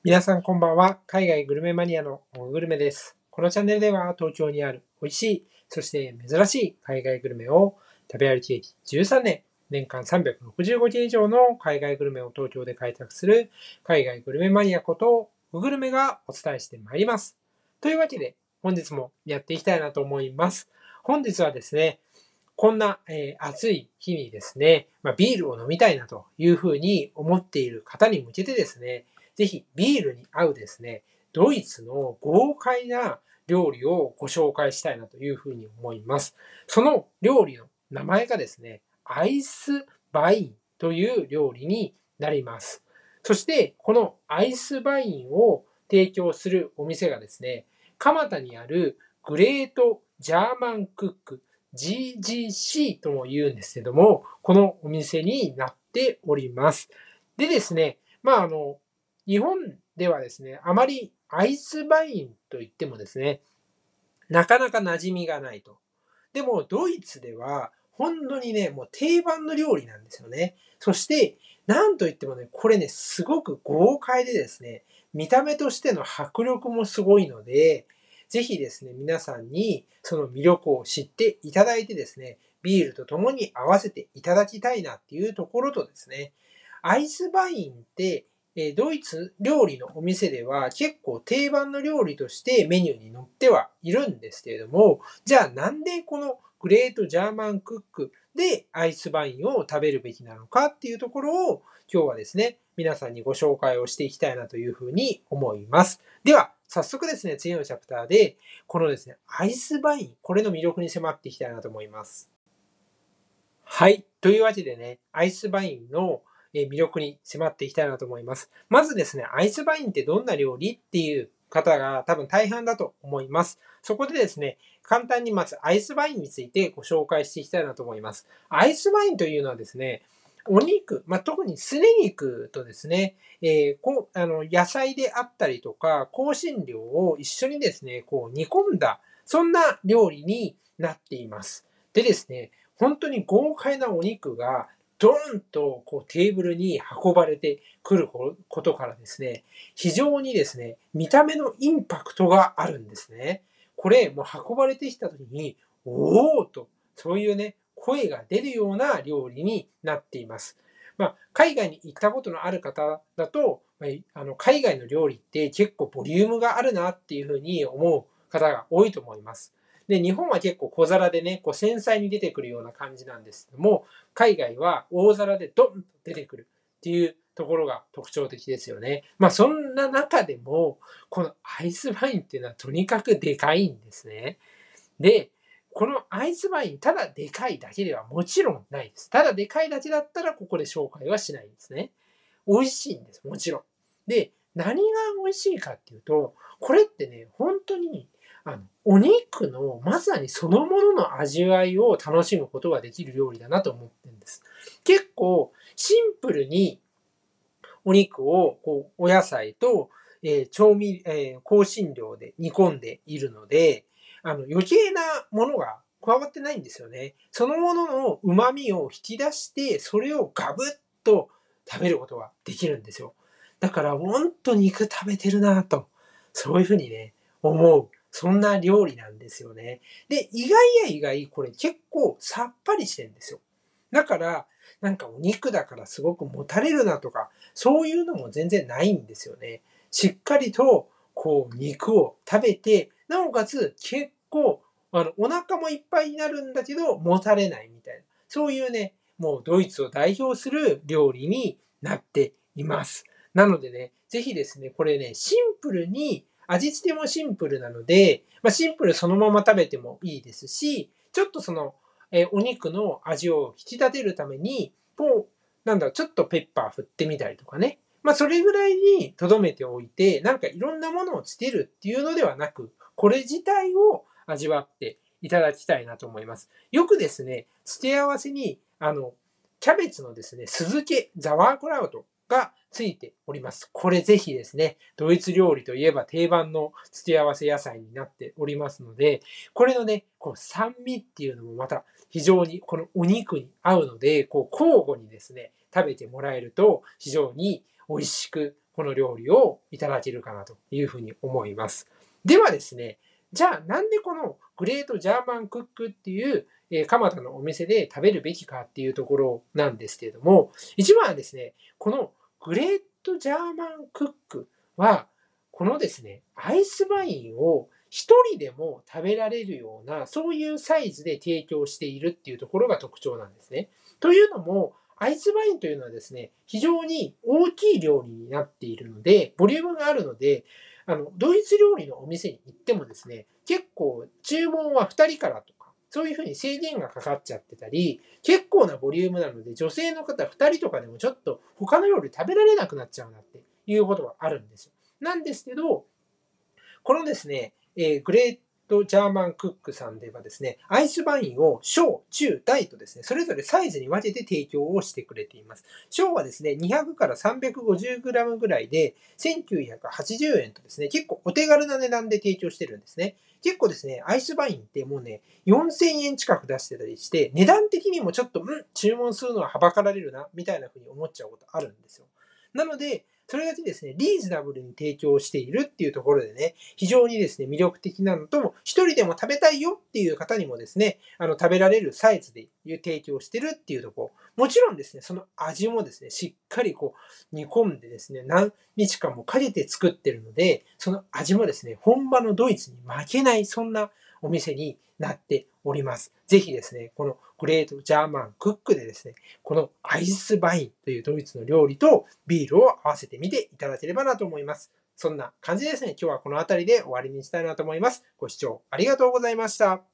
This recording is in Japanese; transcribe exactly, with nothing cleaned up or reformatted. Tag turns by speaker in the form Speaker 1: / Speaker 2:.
Speaker 1: 皆さんこんばんは。海外グルメマニアのグルメです。このチャンネルでは東京にある美味しい、そして珍しい海外グルメを食べ歩き歴じゅうさんねん、年間さんびゃくろくじゅうごけん以上の海外グルメを東京で開拓する海外グルメマニアことグルメがお伝えしてまいります。というわけで本日もやっていきたいなと思います。本日はですね、こんな、えー、暑い日にですね、まあ、ビールを飲みたいなというふうに思っている方に向けてですね、ぜひビールに合うですね、ドイツの豪快な料理をご紹介したいなというふうに思います。その料理の名前がですね、アイスバインという料理になります。そして、このアイスバインを提供するお店がですね、蒲田にあるグレートジャーマンクック ジージーシー とも言うんですけども、このお店になっております。でですね、まああの、日本ではですね、あまりアイスバインといってもですね、なかなか馴染みがないと。でも、ドイツでは、本当にね、もう定番の料理なんですよね。そして、なんといってもね、これね、すごく豪快でですね、見た目としての迫力もすごいので、ぜひですね、皆さんにその魅力を知っていただいてですね、ビールと共に合わせていただきたいなっていうところとですね、アイスバインってえドイツ料理のお店では結構定番の料理としてメニューに載ってはいるんですけれども、じゃあなんでこのグレートジャーマンクックでアイスバインを食べるべきなのかっていうところを今日はですね、皆さんにご紹介をしていきたいなというふうに思います。では、早速ですね、次のチャプターで、このですね、アイスバイン、これの魅力に迫っていきたいなと思います。はい。というわけでね、アイスバインの魅力に迫っていきたいなと思います。まずですね、アイスバインってどんな料理っていう方が多分大半だと思います。そこでですね、簡単にまずアイスバインについてご紹介していきたいなと思います。アイスバインというのはですね、お肉、まあ、特にすね肉とですね、えー、こうあの野菜であったりとか、香辛料を一緒にですね、こう煮込んだ、そんな料理になっています。でですね、本当に豪快なお肉がドーンとこうテーブルに運ばれてくることからですね、非常にですね、見た目のインパクトがあるんですね。これ、もう運ばれてきた時に、おおと、そういうね、声が出るような料理になっています。まあ、海外に行ったことのある方だと、あの海外の料理って結構ボリュームがあるなっていうふうに思う方が多いと思います。で、日本は結構小皿でね、こう繊細に出てくるような感じなんですけども、海外は大皿でドンと出てくるっていうところが特徴的ですよね。まあそんな中でも、このアイスバインっていうのはとにかくでかいんですね。で、このアイスバイン、ただでかいだけではもちろんないです。ただでかいだけだったらここで紹介はしないんですね。美味しいんです、もちろん。で、何が美味しいかっていうと、これってね、本当にあの、お肉のまさにそのものの味わいを楽しむことができる料理だなと思ってるんです。結構シンプルにお肉をこうお野菜と、えー、調味、えー、香辛料で煮込んでいるので、あの余計なものが加わってないんですよね。そのものの旨味を引き出して、それをガブッと食べることができるんですよ。だから、ほんと肉食べてるなと、そういうふうにね、思う。そんな料理なんですよね。で、意外や意外、これ結構さっぱりしてるんですよ。だから、なんかお肉だからすごくもたれるなとか、そういうのも全然ないんですよね。しっかりと、こう、肉を食べて、なおかつ結構、あの、お腹もいっぱいになるんだけど、もたれないみたいな。そういうね、もうドイツを代表する料理になっています。なのでね、ぜひですね、これね、シンプルに、味付けもシンプルなので、まあ、シンプルそのまま食べてもいいですし、ちょっとその、えー、お肉の味を引き立てるために、こう、なんだろう、ちょっとペッパー振ってみたりとかね。まあ、それぐらいに留めておいて、なんかいろんなものをつけるっていうのではなく、これ自体を味わっていただきたいなと思います。よくですね、付け合わせに、あの、キャベツのですね、酢漬け、ザワークラウトがついております。これぜひですね、ドイツ料理といえば定番の付け合わせ野菜になっておりますので、これのね、この酸味っていうのもまた非常にこのお肉に合うので、こう交互にですね、食べてもらえると非常に美味しくこの料理をいただけるかなというふうに思います。ではですね、じゃあなんでこのグレートジャーマンクックっていう、えー、蒲田のお店で食べるべきかっていうところなんですけれども、一番はですね、このグレートジャーマンクックは、このですね、アイスバインを一人でも食べられるような、そういうサイズで提供しているっていうところが特徴なんですね。というのも、アイスバインというのはですね、非常に大きい料理になっているので、ボリュームがあるので、あの、ドイツ料理のお店に行ってもですね、結構注文はふたりからとか、そういうふうに制限がかかっちゃってたり、結構なボリュームなので、女性の方ふたりとかでもちょっと他の料理食べられなくなっちゃうなっていうことがあるんですよ。なんですけど、このですね、えーグレートジャーマンクックさんではですね、アイスバインを小、中、大とですね、それぞれサイズに分けて提供をしてくれています。小はですね、にひゃくから さんびゃくごじゅうグラム ぐらいでせんきゅうひゃくはちじゅうえんとですね、結構お手軽な値段で提供してるんですね。結構ですね、アイスバインってもうね、よんせんえん近く出してたりして、値段的にもちょっと、ん注文するのははばかられるな、みたいな風に思っちゃうことあるんですよ。なので、それだけですね、リーズナブルに提供しているっていうところでね、非常にですね、魅力的なのと、一人でも食べたいよっていう方にもですね、あの、食べられるサイズで提供してるっていうところ。もちろんですね、その味もですね、しっかりこう、煮込んでですね、何日間もかけて作ってるので、その味もですね、本場のドイツに負けない、そんなお店になっております。ぜひですね、このグレートジャーマンクックでですね、このアイスバインというドイツの料理とビールを合わせてみていただければなと思います。そんな感じでですね、今日はこの辺りで終わりにしたいなと思います。ご視聴ありがとうございました。